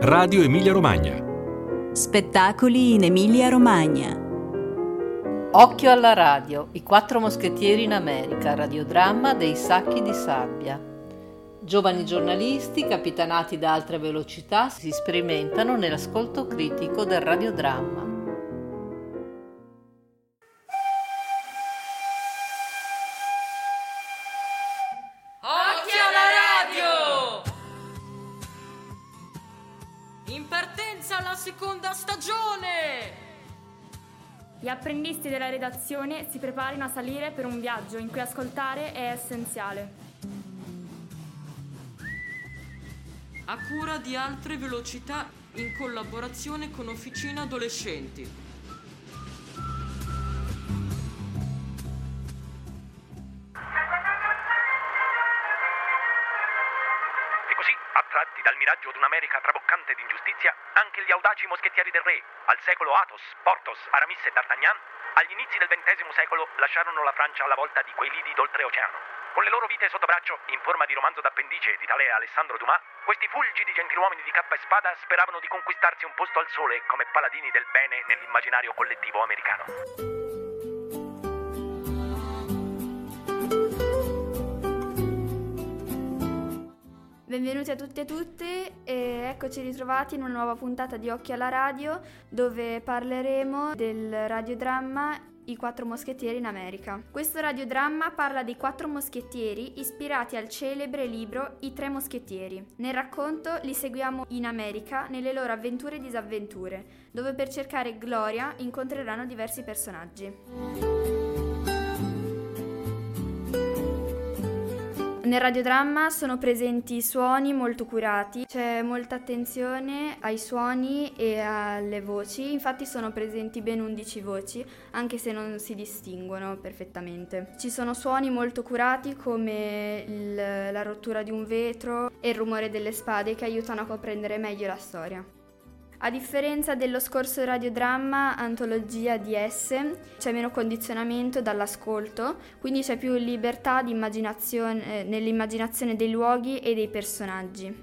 Radio Emilia-Romagna. Spettacoli in Emilia-Romagna. Occhio alla radio, i 4 moschettieri in America, radiodramma dei Sacchi di Sabbia. Giovani giornalisti, capitanati da altre velocità, si sperimentano nell'ascolto critico del radiodramma. Occhio alla radio! In partenza la seconda stagione! Gli apprendisti della redazione si preparino a salire per un viaggio in cui ascoltare è essenziale. A cura di altre velocità in collaborazione con Officina Adolescenti. Attratti dal miraggio d'un'America traboccante d'ingiustizia, anche gli audaci moschettieri del re, al secolo Athos, Porthos, Aramis e D'Artagnan, agli inizi del XX secolo lasciarono la Francia alla volta di quei lidi d'oltreoceano. Con le loro vite sotto braccio, in forma di romanzo d'appendice di tale Alessandro Dumas, questi fulgidi gentiluomini di cappa e spada speravano di conquistarsi un posto al sole come paladini del bene nell'immaginario collettivo americano. Benvenuti a tutti e tutte e eccoci ritrovati in una nuova puntata di Occhio alla radio dove parleremo del radiodramma I 4 moschettieri in America. Questo radiodramma parla dei 4 moschettieri ispirati al celebre libro I 3 moschettieri. Nel racconto li seguiamo in America nelle loro avventure e disavventure, dove per cercare gloria incontreranno diversi personaggi. Nel radiodramma sono presenti suoni molto curati, c'è molta attenzione ai suoni e alle voci, infatti sono presenti ben 11 voci, anche se non si distinguono perfettamente. Ci sono suoni molto curati come la rottura di un vetro e il rumore delle spade che aiutano a comprendere meglio la storia. A differenza dello scorso radiodramma Antologia di esse, c'è meno condizionamento dall'ascolto, quindi c'è più libertà di immaginazione nell'immaginazione dei luoghi e dei personaggi.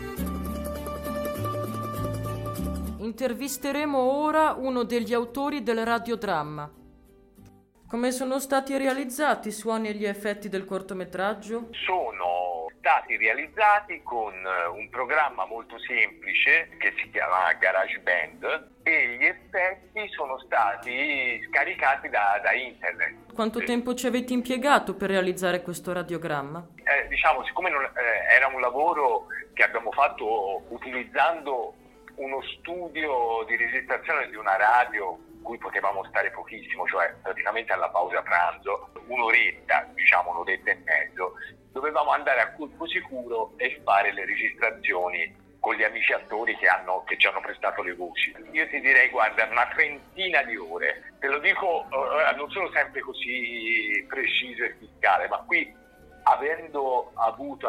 Intervisteremo ora uno degli autori del radiodramma. Come sono stati realizzati i suoni e gli effetti del cortometraggio? Sono stati realizzati con un programma molto semplice che si chiama GarageBand e gli effetti sono stati scaricati da internet. Quanto tempo ci avete impiegato per realizzare questo radiogramma? Siccome era un lavoro che abbiamo fatto utilizzando uno studio di registrazione di una radio in cui potevamo stare pochissimo, cioè praticamente alla pausa pranzo, un'oretta e mezzo, dovevamo andare a colpo sicuro e fare le registrazioni con gli amici attori che ci hanno prestato le voci. Io ti direi, guarda, una trentina di ore. Te lo dico, non sono sempre così preciso e fiscale, ma qui avendo avuto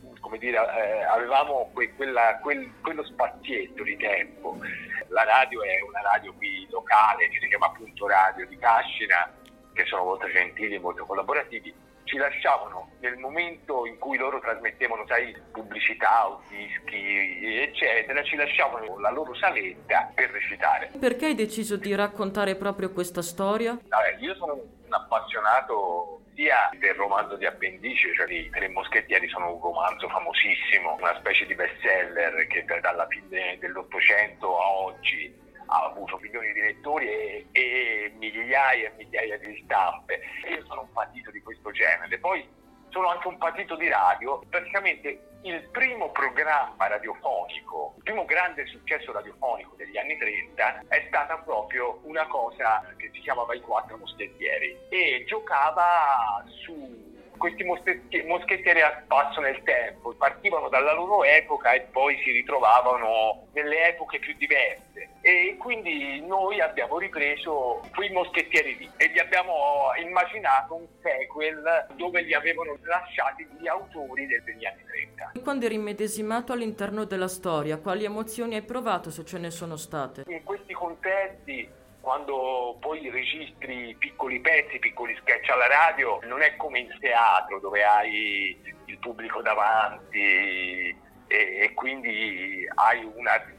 avevamo quello spazietto di tempo. La radio è una radio qui locale che si chiama appunto Radio di Cascina, che sono molto gentili e molto collaborativi. Ci lasciavano nel momento in cui loro trasmettevano, pubblicità o dischi, eccetera, ci lasciavano la loro saletta per recitare. Perché hai deciso di raccontare proprio questa storia? Io sono un appassionato sia del romanzo di appendice, cioè i 3 moschettieri sono un romanzo famosissimo, una specie di bestseller che dalla fine dell'Ottocento a oggi ha avuto milioni di lettori e migliaia e migliaia di stampe. Io sono un patito di questo genere, poi sono anche un patito di radio. Praticamente il primo programma radiofonico, il primo grande successo radiofonico degli anni 30 è stata proprio una cosa che si chiamava I 4 moschettieri e giocava su questi moschettieri a spasso nel tempo, partivano dalla loro epoca e poi si ritrovavano nelle epoche più diverse e quindi noi abbiamo ripreso quei moschettieri lì e gli abbiamo immaginato un sequel dove li avevano lasciati gli autori degli anni 30. Quando eri immedesimato all'interno della storia, quali emozioni hai provato, se ce ne sono state? In questi contesti, quando poi registri piccoli pezzi, piccoli sketch alla radio, non è come in teatro dove hai il pubblico davanti e quindi hai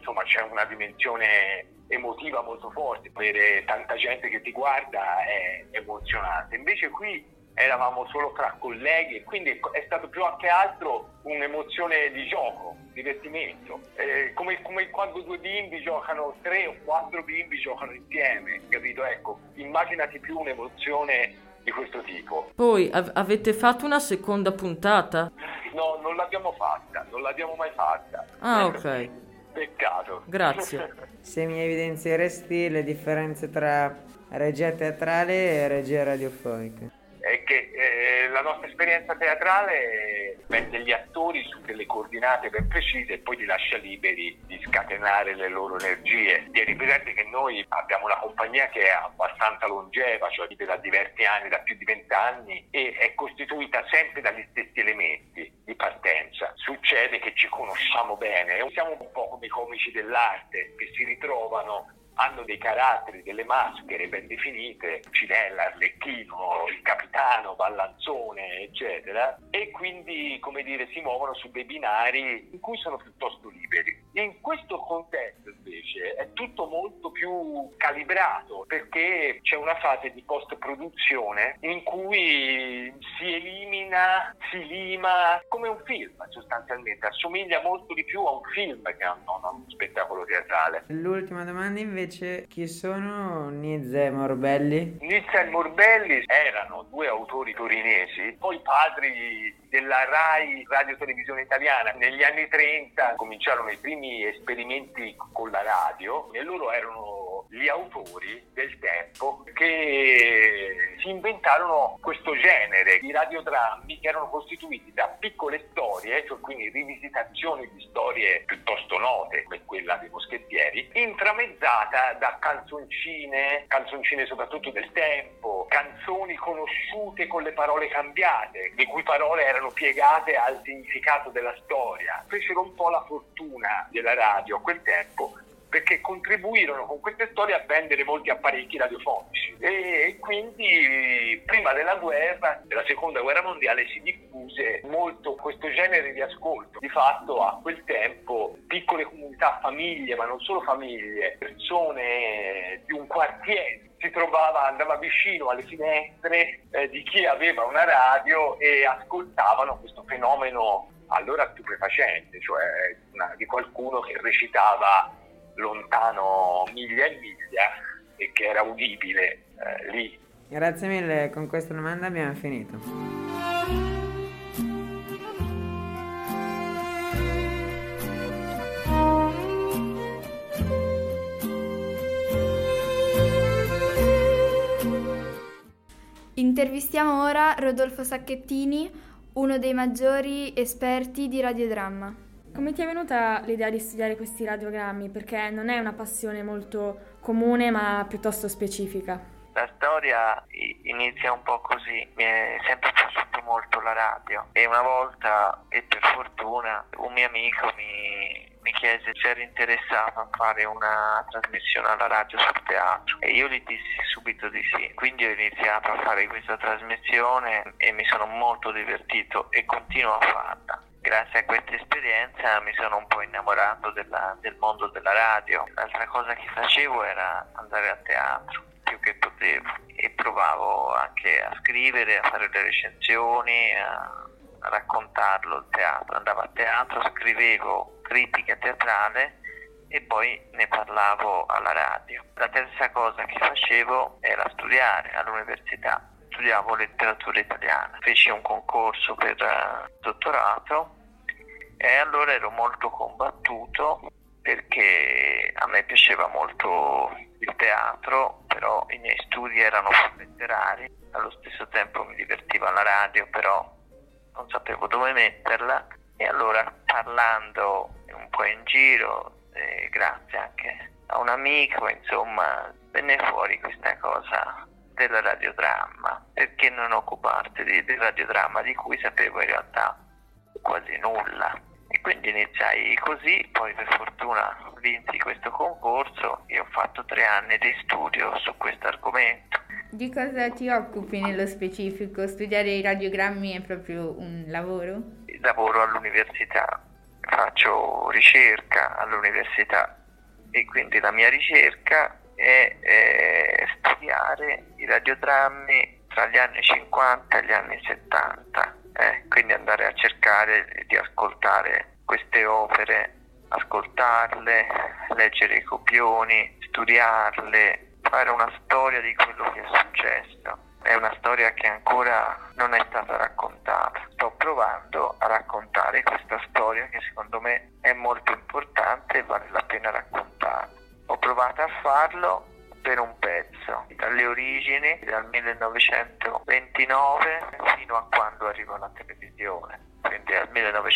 insomma c'è una dimensione emotiva molto forte, avere tanta gente che ti guarda è emozionante. Invece qui eravamo solo tra colleghi e quindi è stato più che altro un'emozione di gioco, divertimento, come quando due bimbi giocano, 3 o 4 bimbi giocano insieme, capito? Ecco, immaginati più un'emozione di questo tipo. Poi avete fatto una seconda puntata? No, non l'abbiamo mai fatta. Ah, ok. Peccato. Grazie. Se mi evidenzieresti le differenze tra regia teatrale e regia radiofonica? È che la nostra esperienza teatrale mette gli attori su delle coordinate ben precise e poi li lascia liberi di scatenare le loro energie. Tieni presente che noi abbiamo una compagnia che è abbastanza longeva, cioè vive da diversi anni, da più di 20 anni, e è costituita sempre dagli stessi elementi di partenza. Succede che ci conosciamo bene, siamo un po' come i comici dell'arte che si ritrovano, hanno dei caratteri, delle maschere ben definite, Cinella, Arlecchino, il capitano, Ballanzone, eccetera, e quindi, come dire, si muovono su dei binari in cui sono piuttosto liberi. In questo contesto invece è tutto molto più calibrato, perché c'è una fase di post-produzione in cui si elimina, si lima, come un film sostanzialmente, assomiglia molto di più a un film che a uno spettacolo teatrale. L'ultima domanda invece, chi sono Nizza e Morbelli? Nizza e Morbelli erano 2 autori torinesi, poi padri della Rai Radio Televisione Italiana. Negli anni 30 cominciarono i primi esperimenti con la radio e loro erano gli autori del tempo che si inventarono questo genere di radiodrammi che erano costituiti da piccole storie, cioè quindi rivisitazioni di storie piuttosto note come quella dei Moschettieri, intramezzata da canzoncine soprattutto del tempo, canzoni conosciute con le parole cambiate, le cui parole erano piegate al significato della storia. Fecero un po' la fortuna della radio a quel tempo, perché contribuirono con queste storie a vendere molti apparecchi radiofonici e quindi prima della seconda guerra mondiale si diffuse molto questo genere di ascolto. Di fatto a quel tempo piccole comunità, famiglie, ma non solo famiglie, persone di un quartiere andava vicino alle finestre di chi aveva una radio e ascoltavano questo fenomeno allora stupefacente, cioè di qualcuno che recitava lontano miglia e miglia e che era udibile lì. Grazie mille, con questa domanda abbiamo finito. Intervistiamo ora Rodolfo Sacchettini, uno dei maggiori esperti di radiodramma. Come ti è venuta l'idea di studiare questi radiogrammi? Perché non è una passione molto comune, ma piuttosto specifica. La storia inizia un po' così, mi è sempre piaciuto molto la radio e una volta, e per fortuna, un mio amico mi chiese se ero interessato a fare una trasmissione alla radio sul teatro e io gli dissi subito di sì. Quindi ho iniziato a fare questa trasmissione e mi sono molto divertito e continuo a farla. Grazie a questa esperienza mi sono un po' innamorato del mondo della radio. L'altra cosa che facevo era andare a teatro più che potevo e provavo anche a scrivere, a fare le recensioni, a raccontarlo il teatro. Andavo a teatro, scrivevo critica teatrale e poi ne parlavo alla radio. La terza cosa che facevo era studiare all'università. Studiavo letteratura italiana, feci un concorso per dottorato e allora ero molto combattuto perché a me piaceva molto il teatro, però i miei studi erano più letterari, allo stesso tempo mi divertiva la radio, però non sapevo dove metterla e allora parlando un po' in giro, grazie anche a un amico, insomma, venne fuori questa cosa del radiodramma. Perché non occuparti del radiodramma di cui sapevo in realtà quasi nulla? E quindi iniziai così, poi per fortuna vinsi questo concorso e ho fatto 3 anni di studio su questo argomento. Di cosa ti occupi nello specifico? Studiare i radiogrammi è proprio un lavoro? Lavoro all'università, faccio ricerca all'università e quindi la mia ricerca è studiare i radiodrammi tra gli anni 50 e gli anni 70, quindi andare a cercare di ascoltare queste opere, ascoltarle, leggere i copioni, studiarle, fare una storia di quello che è successo. È una storia che ancora non è stata raccontata. Sto provando a raccontare questa storia che secondo me è molto importante e vale la pena raccontare. Ho provato a farlo per un pezzo, dalle origini, dal 1929 fino a quando arriva la televisione, quindi al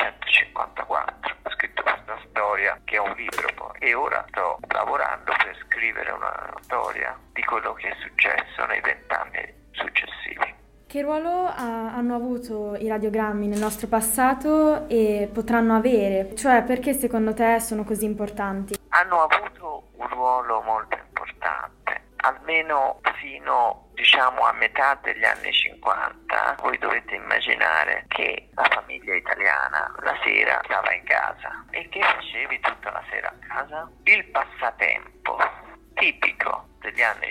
1954. Ho scritto questa storia che è un libro poi, e ora sto lavorando per scrivere una storia di quello che è successo nei 20 anni successivi. Che ruolo hanno avuto i radiogrammi nel nostro passato e potranno avere? Cioè, perché secondo te sono così importanti? Hanno avuto un ruolo molto importante, almeno fino a metà degli anni 50. Voi dovete immaginare che la famiglia italiana la sera stava in casa. E che facevi tutta la sera a casa? Il passatempo tipico degli anni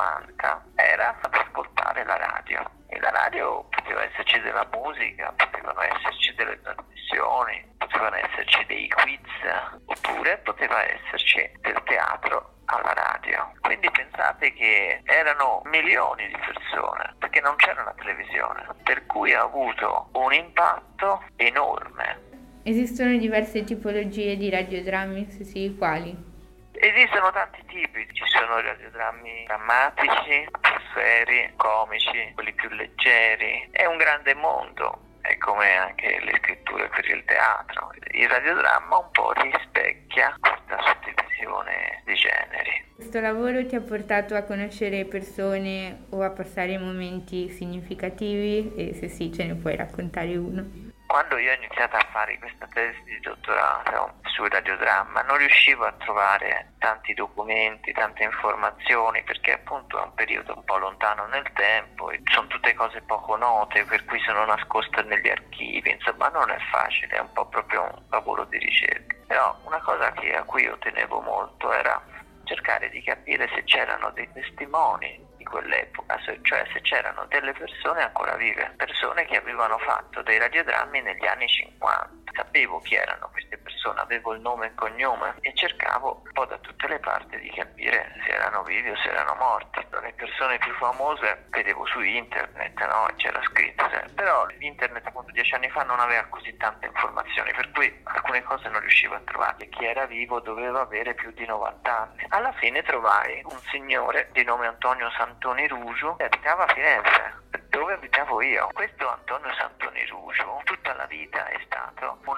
50 era ad ascoltare la radio, e la radio poteva esserci della musica, potevano esserci delle trasmissioni, potevano esserci dei quiz, oppure poteva esserci del teatro alla radio. Quindi pensate che erano milioni di persone, perché non c'era una televisione, per cui ha avuto un impatto enorme. Esistono diverse tipologie di radiodrammi, se sì, quali? Esistono tanti tipi, ci sono i radiodrammi drammatici, più seri, comici, quelli più leggeri. È un grande mondo, è come anche le scritture per il teatro. Il radiodramma un po' rispecchia questa suddivisione di generi. Questo lavoro ti ha portato a conoscere persone o a passare momenti significativi, e se sì, ce ne puoi raccontare uno? Quando io ho iniziato a fare questa tesi di dottorato sul radiodramma non riuscivo a trovare tanti documenti, tante informazioni, perché appunto è un periodo un po' lontano nel tempo e sono tutte cose poco note, per cui sono nascoste negli archivi. Insomma, non è facile, è un po' proprio un lavoro di ricerca. Però una cosa a cui io tenevo molto era cercare di capire se c'erano dei testimoni di quell'epoca, cioè se c'erano delle persone ancora vive, persone che avevano fatto dei radiodrammi negli anni 50. Sapevo chi erano queste persone, avevo il nome e il cognome e cercavo un po' da tutte le parti di capire se erano vivi o se erano morti. Le persone più famose vedevo su internet, no? C'era scritto, però internet appunto 10 anni fa non aveva così tante informazioni, per cui alcune cose non riuscivo a trovare. Chi era vivo doveva avere più di 90 anni. Alla fine trovai un signore di nome Antonio Santoni Rugio che abitava a Firenze, dove abitavo io. Questo Antonio Santoni Rugio tutta la vita è stato un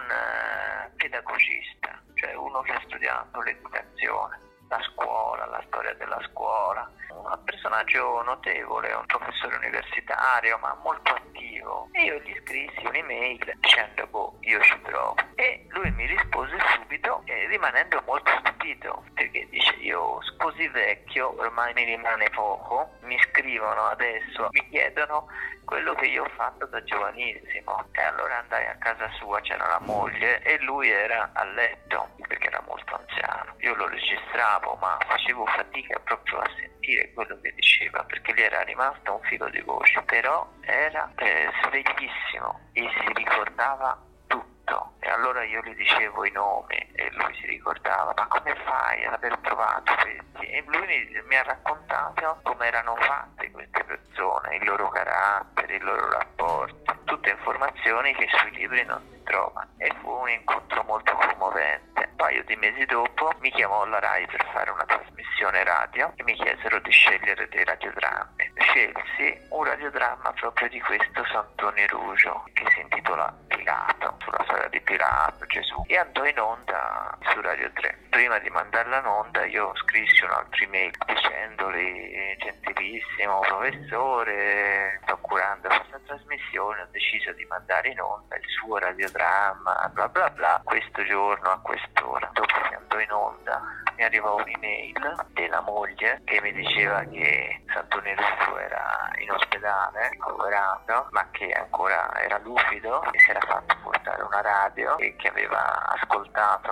pedagogista, cioè uno che ha studiato l'educazione, la scuola, la storia della scuola, un personaggio notevole, un professore universitario ma molto attivo, e io gli scrissi un'email dicendo io ci provo, e lui mi rispose subito, rimanendo molto stupito, perché dice io così vecchio, ormai mi rimane poco, mi scrivono adesso, mi chiedono quello che io ho fatto da giovanissimo. E allora andai a casa sua, c'era la moglie e lui era a letto perché era molto anziano. Io lo registravo ma facevo fatica proprio a sentire quello che diceva, perché gli era rimasto un filo di voce, però era sveglissimo e si ricordava tutto. E allora io gli dicevo i nomi e lui si ricordava, ma come fai ad aver trovato questi? E lui mi ha raccontato come erano fatte queste persone, il loro carattere, il loro rapporto, tutte informazioni che sui libri non si trovano. E fu un incontro molto commovente. Un paio di mesi dopo mi chiamò la RAI per fare una trasmissione radio e mi chiesero di scegliere dei radiodrammi. Scelsi un radiodramma proprio di questo Santoni Rugio che si intitola Pilato, sulla storia di Pilato, Gesù, e andò in onda su Radio 3. Prima di mandarla in onda io scrissi un altro email dicendogli: gentilissimo professore, sto curando questa trasmissione, ho deciso di mandare in onda il suo radiodramma, bla bla bla, questo giorno a quest'ora. Dopo che andò in onda mi arrivò un'email della moglie che mi diceva che Santoni Rugio era in ospedale, ricoverato, ma che ancora era lucido, e si era fatto portare una radio e che aveva ascoltato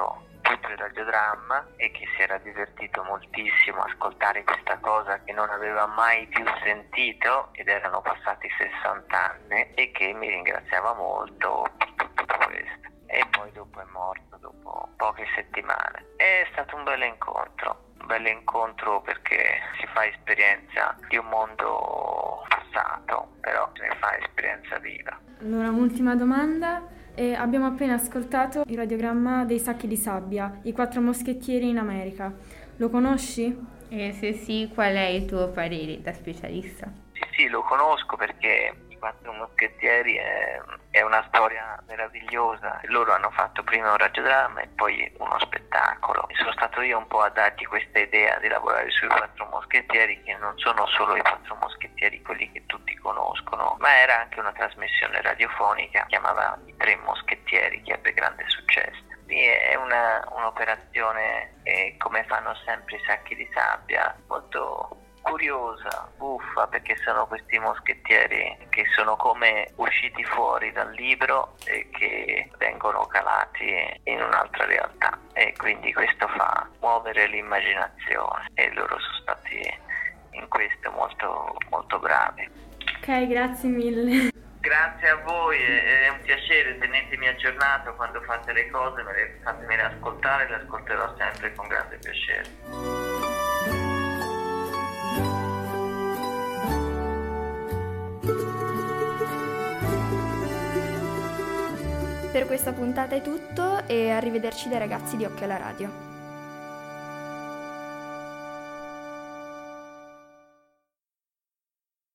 tutto il radiodramma e che si era divertito moltissimo a ascoltare questa cosa che non aveva mai più sentito, ed erano passati 60 anni, e che mi ringraziava molto per tutto questo. E poi dopo è morto, dopo poche settimane. È stato un bel incontro perché si fa esperienza di un mondo passato, però se ne fa esperienza viva. Allora, un'ultima domanda. Abbiamo appena ascoltato il radiogramma dei Sacchi di Sabbia, i 4 moschettieri in America. Lo conosci? E se sì, qual è il tuo parere da specialista? Sì, lo conosco perché i 4 moschettieri è una storia meravigliosa. Loro hanno fatto prima un radiodramma e poi uno spettacolo. E sono stato io un po' a dargli questa idea di lavorare sui 4 moschettieri, che non sono solo i 4 moschettieri quelli che tutti conoscono, ma era anche una trasmissione radiofonica, chiamava I 3 moschettieri, che ebbe grande successo. È un'operazione, come fanno sempre i Sacchi di Sabbia, molto curiosa, buffa, perché sono questi moschettieri che sono come usciti fuori dal libro e che vengono calati in un'altra realtà, e quindi questo fa muovere l'immaginazione, e loro sono stati in questo molto, molto bravi. Ok, grazie mille. Grazie a voi, è un piacere, tenetemi aggiornato quando fate le cose, fatemele ascoltare, le ascolterò sempre con grande piacere. Per questa puntata è tutto e arrivederci dai ragazzi di Occhio alla Radio.